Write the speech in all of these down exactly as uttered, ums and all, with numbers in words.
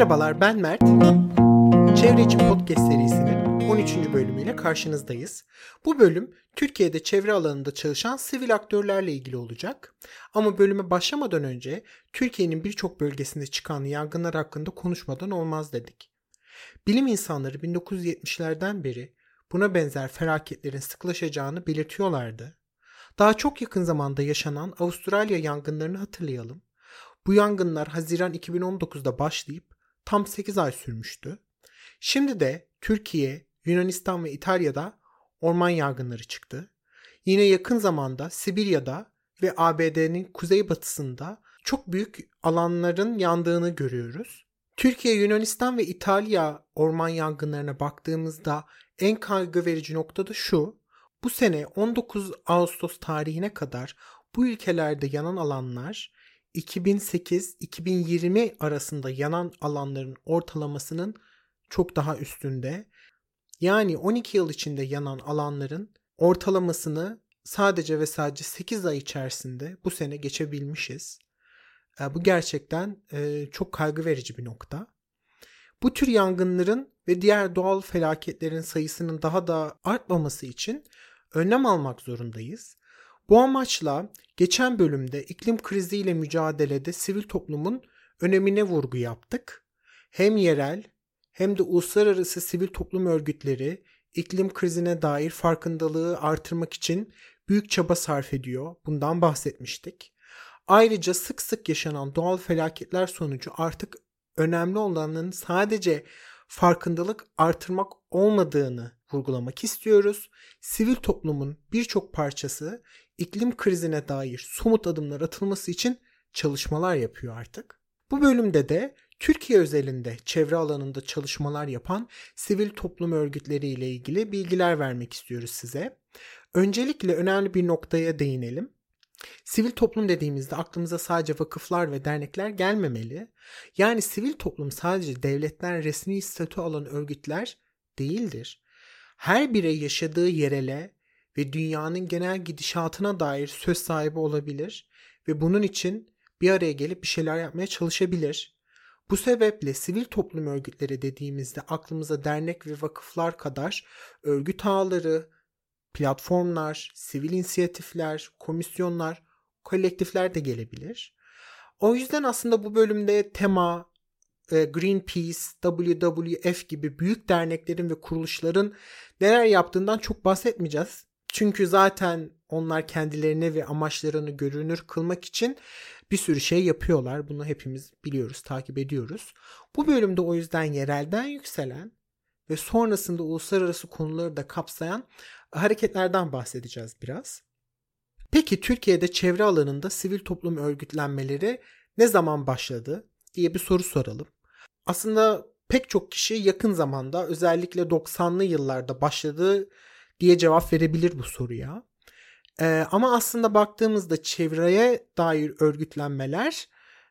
Merhabalar, ben Mert. Çevre İçin Podcast serisinin on üçüncü bölümüyle karşınızdayız. Bu bölüm Türkiye'de çevre alanında çalışan sivil aktörlerle ilgili olacak. Ama bölüme başlamadan önce Türkiye'nin birçok bölgesinde çıkan yangınlar hakkında konuşmadan olmaz dedik. Bilim insanları bin dokuz yüz yetmişlerden beri buna benzer felaketlerin sıklaşacağını belirtiyorlardı. Daha çok yakın zamanda yaşanan Avustralya yangınlarını hatırlayalım. Bu yangınlar Haziran iki bin on dokuzda başlayıp tam sekiz ay sürmüştü. Şimdi de Türkiye, Yunanistan ve İtalya'da orman yangınları çıktı. Yine yakın zamanda Sibirya'da ve A B D'nin kuzeybatısında çok büyük alanların yandığını görüyoruz. Türkiye, Yunanistan ve İtalya orman yangınlarına baktığımızda en kaygı verici nokta da şu: bu sene on dokuz Ağustos tarihine kadar bu ülkelerde yanan alanlar iki bin sekiz iki bin yirmi arasında yanan alanların ortalamasının çok daha üstünde. Yani on iki yıl içinde yanan alanların ortalamasını sadece ve sadece sekiz ay içerisinde bu sene geçebilmişiz. Bu gerçekten çok kaygı verici bir nokta. Bu tür yangınların ve diğer doğal felaketlerin sayısının daha da artmaması için önlem almak zorundayız. Bu amaçla geçen bölümde iklim kriziyle mücadelede sivil toplumun önemine vurgu yaptık. Hem yerel hem de uluslararası sivil toplum örgütleri iklim krizine dair farkındalığı artırmak için büyük çaba sarf ediyor. Bundan bahsetmiştik. Ayrıca sık sık yaşanan doğal felaketler sonucu artık önemli olanın sadece farkındalık artırmak olmadığını vurgulamak istiyoruz. Sivil toplumun birçok parçası iklim krizine dair somut adımlar atılması için çalışmalar yapıyor artık. Bu bölümde de Türkiye özelinde çevre alanında çalışmalar yapan sivil toplum örgütleri ile ilgili bilgiler vermek istiyoruz size. Öncelikle önemli bir noktaya değinelim. Sivil toplum dediğimizde aklımıza sadece vakıflar ve dernekler gelmemeli. Yani sivil toplum sadece devletten resmi statü alan örgütler değildir. Her birey yaşadığı yerele ve dünyanın genel gidişatına dair söz sahibi olabilir ve bunun için bir araya gelip bir şeyler yapmaya çalışabilir. Bu sebeple sivil toplum örgütleri dediğimizde aklımıza dernek ve vakıflar kadar örgüt ağları, platformlar, sivil inisiyatifler, komisyonlar, kolektifler de gelebilir. O yüzden aslında bu bölümde tema, Greenpeace, W W F gibi büyük derneklerin ve kuruluşların neler yaptığından çok bahsetmeyeceğiz. Çünkü zaten onlar kendilerini ve amaçlarını görünür kılmak için bir sürü şey yapıyorlar. Bunu hepimiz biliyoruz, takip ediyoruz. Bu bölümde o yüzden yerelden yükselen ve sonrasında uluslararası konuları da kapsayan hareketlerden bahsedeceğiz biraz. Peki Türkiye'de çevre alanında sivil toplum örgütlenmeleri ne zaman başladı diye bir soru soralım. Aslında pek çok kişi yakın zamanda, özellikle doksanlı yıllarda başladı diye cevap verebilir bu soruya. Ee, ama aslında baktığımızda çevreye dair örgütlenmeler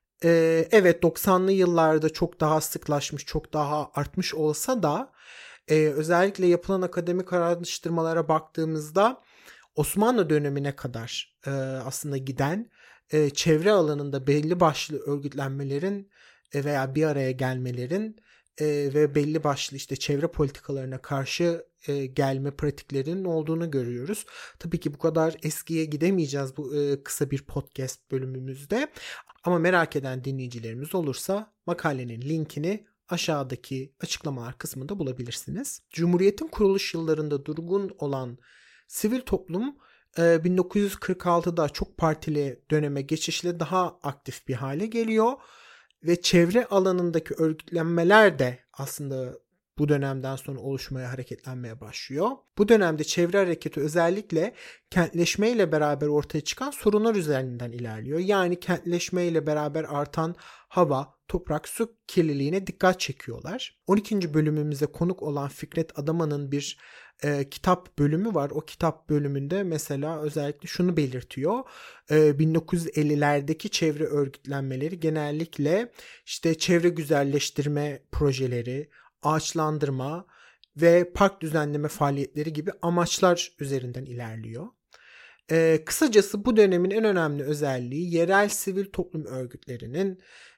e, evet doksanlı yıllarda çok daha sıklaşmış, çok daha artmış olsa da e, özellikle yapılan akademik araştırmalara baktığımızda Osmanlı dönemine kadar e, aslında giden e, çevre alanında belli başlı örgütlenmelerin e, veya bir araya gelmelerin e, ve belli başlı işte çevre politikalarına karşı e, gelme pratiklerinin olduğunu görüyoruz. Tabii ki bu kadar eskiye gidemeyeceğiz bu e, kısa bir podcast bölümümüzde. Ama merak eden dinleyicilerimiz olursa makalenin linkini aşağıdaki açıklamalar kısmında bulabilirsiniz. Cumhuriyetin kuruluş yıllarında durgun olan sivil toplum bin dokuz yüz kırk altıda çok partili döneme geçişle daha aktif bir hale geliyor ve çevre alanındaki örgütlenmeler de aslında bu dönemden sonra oluşmaya, hareketlenmeye başlıyor. Bu dönemde çevre hareketi özellikle kentleşmeyle beraber ortaya çıkan sorunlar üzerinden ilerliyor. Yani kentleşmeyle beraber artan hava, toprak, su kirliliğine dikkat çekiyorlar. on ikinci bölümümüze konuk olan Fikret Adaman'ın bir e, kitap bölümü var. O kitap bölümünde mesela özellikle şunu belirtiyor. E, bin dokuz yüz ellilerdeki çevre örgütlenmeleri genellikle işte çevre güzelleştirme projeleri, ağaçlandırma ve park düzenleme faaliyetleri gibi amaçlar üzerinden ilerliyor. Ee, kısacası bu dönemin en önemli özelliği yerel sivil toplum örgütlerinin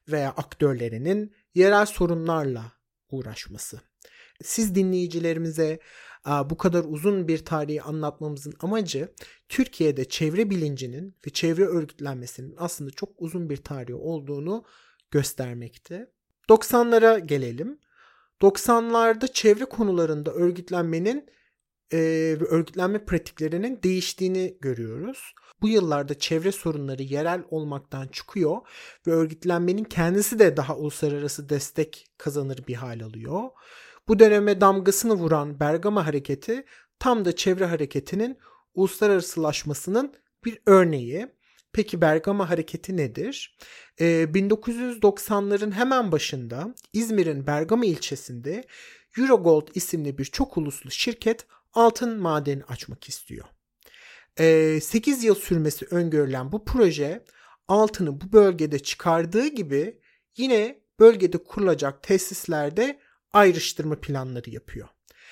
veya aktörlerinin yerel sorunlarla uğraşması. Siz dinleyicilerimize bu kadar uzun bir tarihi anlatmamızın amacı Türkiye'de çevre bilincinin ve çevre örgütlenmesinin aslında çok uzun bir tarihi olduğunu göstermekte. doksanlara gelelim. doksanlarda çevre konularında örgütlenmenin e, ve örgütlenme pratiklerinin değiştiğini görüyoruz. Bu yıllarda çevre sorunları yerel olmaktan çıkıyor ve örgütlenmenin kendisi de daha uluslararası destek kazanır bir hal alıyor. Bu döneme damgasını vuran Bergama Hareketi tam da çevre hareketinin uluslararasılaşmasının bir örneği. Peki Bergama Hareketi nedir? Ee, bin dokuz yüz doksanların hemen başında İzmir'in Bergama ilçesinde Eurogold isimli bir çok uluslu şirket altın madeni açmak istiyor. Ee, sekiz yıl sürmesi öngörülen bu proje altını bu bölgede çıkardığı gibi yine bölgede kurulacak tesislerde ayrıştırma planları yapıyor.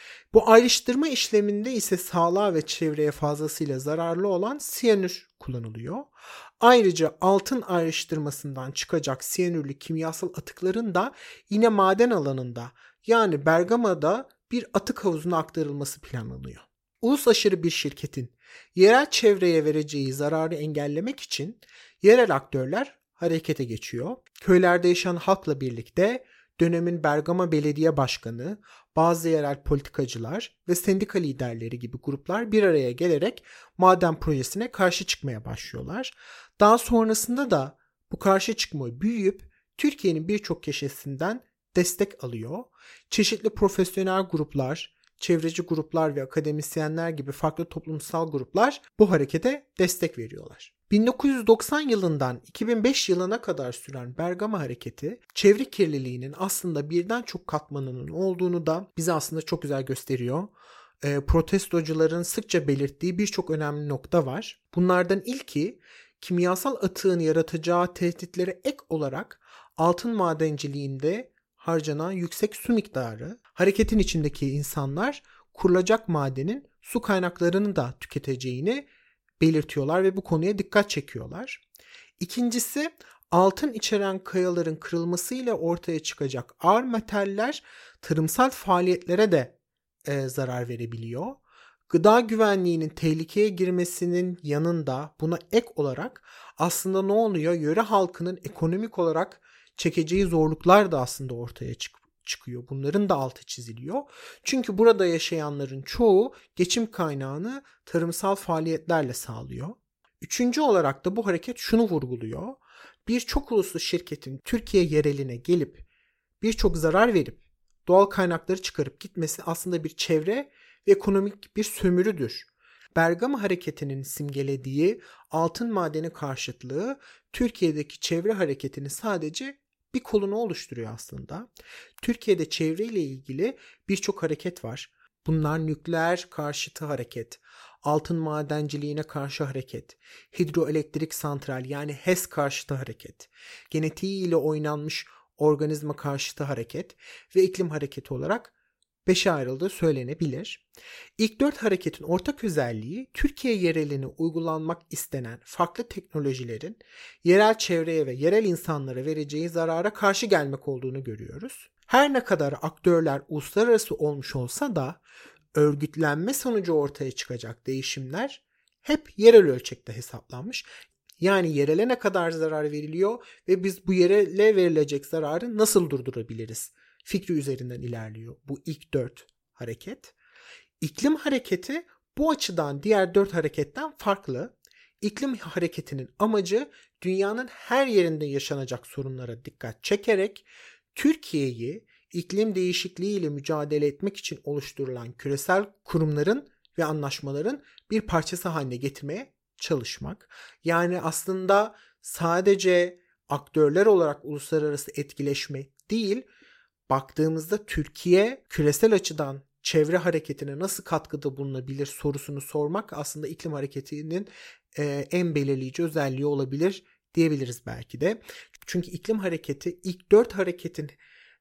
Bu ayrıştırma işleminde ise sağlığa ve çevreye fazlasıyla zararlı olan siyanür kullanılıyor. Ayrıca altın ayrıştırmasından çıkacak siyanürlü kimyasal atıkların da yine maden alanında yani Bergama'da bir atık havuzuna aktarılması planlanıyor. Uluslaşarı bir şirketin yerel çevreye vereceği zararı engellemek için yerel aktörler harekete geçiyor. Köylerde yaşayan halkla birlikte dönemin Bergama Belediye Başkanı, bazı yerel politikacılar ve sendika liderleri gibi gruplar bir araya gelerek maden projesine karşı çıkmaya başlıyorlar. Daha sonrasında da bu karşı çıkma büyüyüp Türkiye'nin birçok köşesinden destek alıyor. Çeşitli profesyonel gruplar, çevreci gruplar ve akademisyenler gibi farklı toplumsal gruplar bu harekete destek veriyorlar. bin dokuz yüz doksan yılından iki bin beş yılına kadar süren Bergama Hareketi, çevre kirliliğinin aslında birden çok katmanının olduğunu da bize aslında çok güzel gösteriyor. E, protestocuların sıkça belirttiği birçok önemli nokta var. Bunlardan ilki, kimyasal atığın yaratacağı tehditlere ek olarak altın madenciliğinde harcanan yüksek su miktarı, hareketin içindeki insanlar kurulacak madenin su kaynaklarını da tüketeceğini belirtiyorlar ve bu konuya dikkat çekiyorlar. İkincisi, altın içeren kayaların kırılmasıyla ortaya çıkacak ağır metaller tarımsal faaliyetlere de e, zarar verebiliyor. Gıda güvenliğinin tehlikeye girmesinin yanında buna ek olarak aslında ne oluyor? Yöre halkının ekonomik olarak çekeceği zorluklar da aslında ortaya çıkıyor. çıkıyor. Bunların da altı çiziliyor. Çünkü burada yaşayanların çoğu geçim kaynağını tarımsal faaliyetlerle sağlıyor. Üçüncü olarak da bu hareket şunu vurguluyor. Birçok uluslu şirketin Türkiye yereline gelip birçok zarar verip doğal kaynakları çıkarıp gitmesi aslında bir çevre ve ekonomik bir sömürüdür. Bergama Hareketi'nin simgelediği altın madeni karşıtlığı Türkiye'deki çevre hareketini sadece bir kolunu oluşturuyor aslında. Türkiye'de çevreyle ilgili birçok hareket var. Bunlar nükleer karşıtı hareket, altın madenciliğine karşı hareket, hidroelektrik santral yani HES karşıtı hareket, genetiğiyle oynanmış organizma karşıtı hareket ve iklim hareketi olarak beşe ayrıldığı söylenebilir. İlk dört hareketin ortak özelliği Türkiye yereline uygulanmak istenen farklı teknolojilerin yerel çevreye ve yerel insanlara vereceği zarara karşı gelmek olduğunu görüyoruz. Her ne kadar aktörler uluslararası olmuş olsa da örgütlenme sonucu ortaya çıkacak değişimler hep yerel ölçekte hesaplanmış. Yani yerele ne kadar zarar veriliyor ve biz bu yerele verilecek zararı nasıl durdurabiliriz fikri üzerinden ilerliyor bu ilk dört hareket. İklim hareketi bu açıdan diğer dört hareketten farklı. İklim hareketinin amacı dünyanın her yerinde yaşanacak sorunlara dikkat çekerek Türkiye'yi iklim değişikliği ile mücadele etmek için oluşturulan küresel kurumların ve anlaşmaların bir parçası haline getirmeye çalışmak. Yani aslında sadece aktörler olarak uluslararası etkileşme değil, baktığımızda Türkiye küresel açıdan çevre hareketine nasıl katkıda bulunabilir sorusunu sormak aslında iklim hareketinin e, en belirleyici özelliği olabilir diyebiliriz belki de. Çünkü iklim hareketi ilk dört hareketin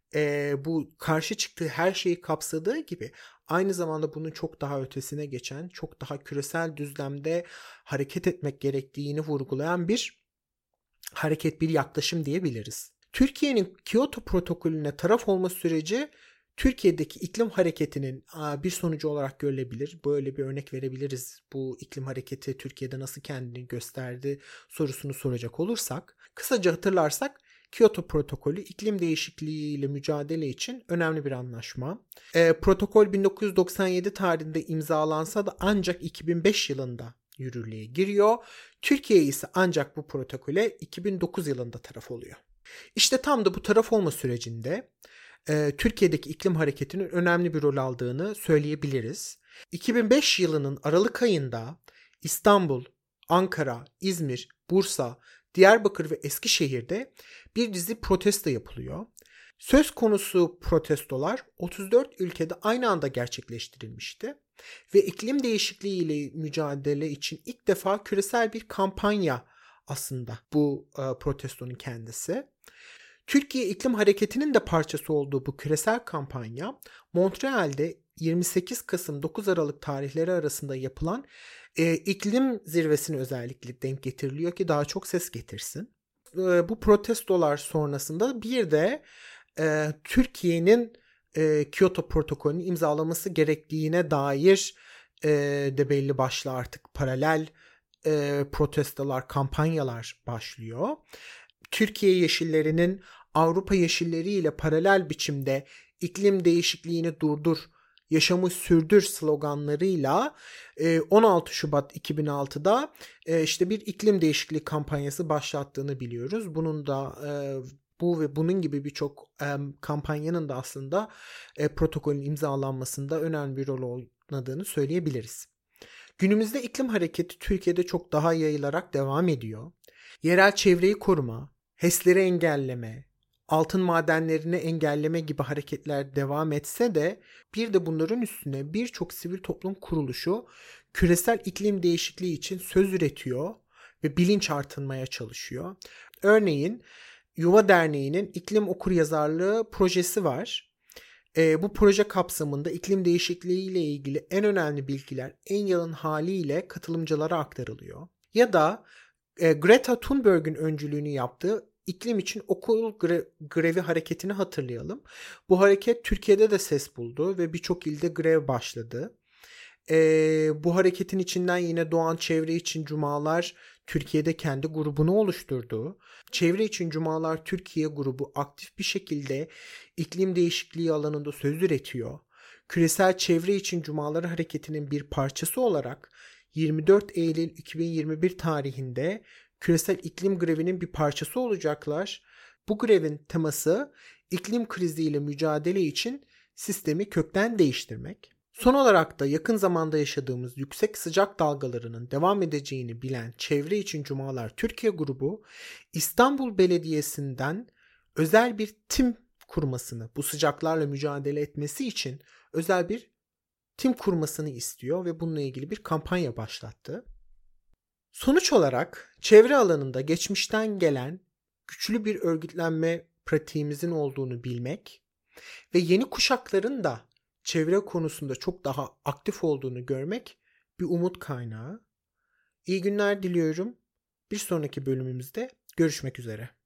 e, bu karşı çıktığı her şeyi kapsadığı gibi aynı zamanda bunun çok daha ötesine geçen, çok daha küresel düzlemde hareket etmek gerektiğini vurgulayan bir hareket, bir yaklaşım diyebiliriz. Türkiye'nin Kyoto protokolüne taraf olma süreci Türkiye'deki iklim hareketinin bir sonucu olarak görülebilir. Böyle bir örnek verebiliriz. Bu iklim hareketi Türkiye'de nasıl kendini gösterdi sorusunu soracak olursak. Kısaca hatırlarsak Kyoto protokolü iklim değişikliğiyle mücadele için önemli bir anlaşma. E, protokol bin dokuz yüz doksan yedi tarihinde imzalansa da ancak iki bin beş yılında yürürlüğe giriyor. Türkiye ise ancak bu protokole iki bin dokuz yılında taraf oluyor. İşte tam da bu taraf olma sürecinde e, Türkiye'deki iklim hareketinin önemli bir rol aldığını söyleyebiliriz. iki bin beş yılının Aralık ayında İstanbul, Ankara, İzmir, Bursa, Diyarbakır ve Eskişehir'de bir dizi protesto yapılıyor. Söz konusu protestolar otuz dört ülkede aynı anda gerçekleştirilmişti ve iklim değişikliği ile mücadele için ilk defa küresel bir kampanya aslında bu e, protestonun kendisi. Türkiye iklim hareketinin de parçası olduğu bu küresel kampanya Montreal'de yirmi sekiz Kasım dokuz Aralık tarihleri arasında yapılan e, iklim zirvesine özellikle denk getiriliyor ki daha çok ses getirsin. E, bu protestolar sonrasında bir de e, Türkiye'nin e, Kyoto protokolünü imzalaması gerektiğine dair e, de belli başlı artık paralel e, protestolar, kampanyalar başlıyor. Türkiye Yeşilleri'nin Avrupa Yeşilleri ile paralel biçimde iklim değişikliğini durdur, yaşamı sürdür sloganlarıyla on altı Şubat iki bin altıda işte bir iklim değişikliği kampanyası başlattığını biliyoruz. Bunun da bu ve bunun gibi birçok kampanyanın da aslında protokolün imzalanmasında önemli bir rol oynadığını söyleyebiliriz. Günümüzde iklim hareketi Türkiye'de çok daha yayılarak devam ediyor. Yerel çevreyi koruma, HES'leri engelleme, altın madenlerini engelleme gibi hareketler devam etse de bir de bunların üstüne birçok sivil toplum kuruluşu küresel iklim değişikliği için söz üretiyor ve bilinç artırmaya çalışıyor. Örneğin Yuva Derneği'nin iklim okuryazarlığı projesi var. E, bu proje kapsamında iklim değişikliği ile ilgili en önemli bilgiler en yalın haliyle katılımcılara aktarılıyor. Ya da e, Greta Thunberg'in öncülüğünü yaptığı iklim için okul gre- grevi hareketini hatırlayalım. Bu hareket Türkiye'de de ses buldu ve birçok ilde grev başladı. E, bu hareketin içinden yine doğan Çevre İçin Cumalar Türkiye'de kendi grubunu oluşturdu. Çevre İçin Cumalar Türkiye grubu aktif bir şekilde iklim değişikliği alanında söz üretiyor. Küresel Çevre İçin Cumalar hareketinin bir parçası olarak yirmi dört Eylül iki bin yirmi bir tarihinde küresel iklim grevinin bir parçası olacaklar. Bu grevin teması iklim kriziyle mücadele için sistemi kökten değiştirmek. Son olarak da yakın zamanda yaşadığımız yüksek sıcak dalgalarının devam edeceğini bilen Çevre İçin Cumalar Türkiye grubu İstanbul Belediyesi'nden özel bir tim kurmasını, bu sıcaklarla mücadele etmesi için özel bir tim kurmasını istiyor ve bununla ilgili bir kampanya başlattı. Sonuç olarak çevre alanında geçmişten gelen güçlü bir örgütlenme pratiğimizin olduğunu bilmek ve yeni kuşakların da çevre konusunda çok daha aktif olduğunu görmek bir umut kaynağı. İyi günler diliyorum. Bir sonraki bölümümüzde görüşmek üzere.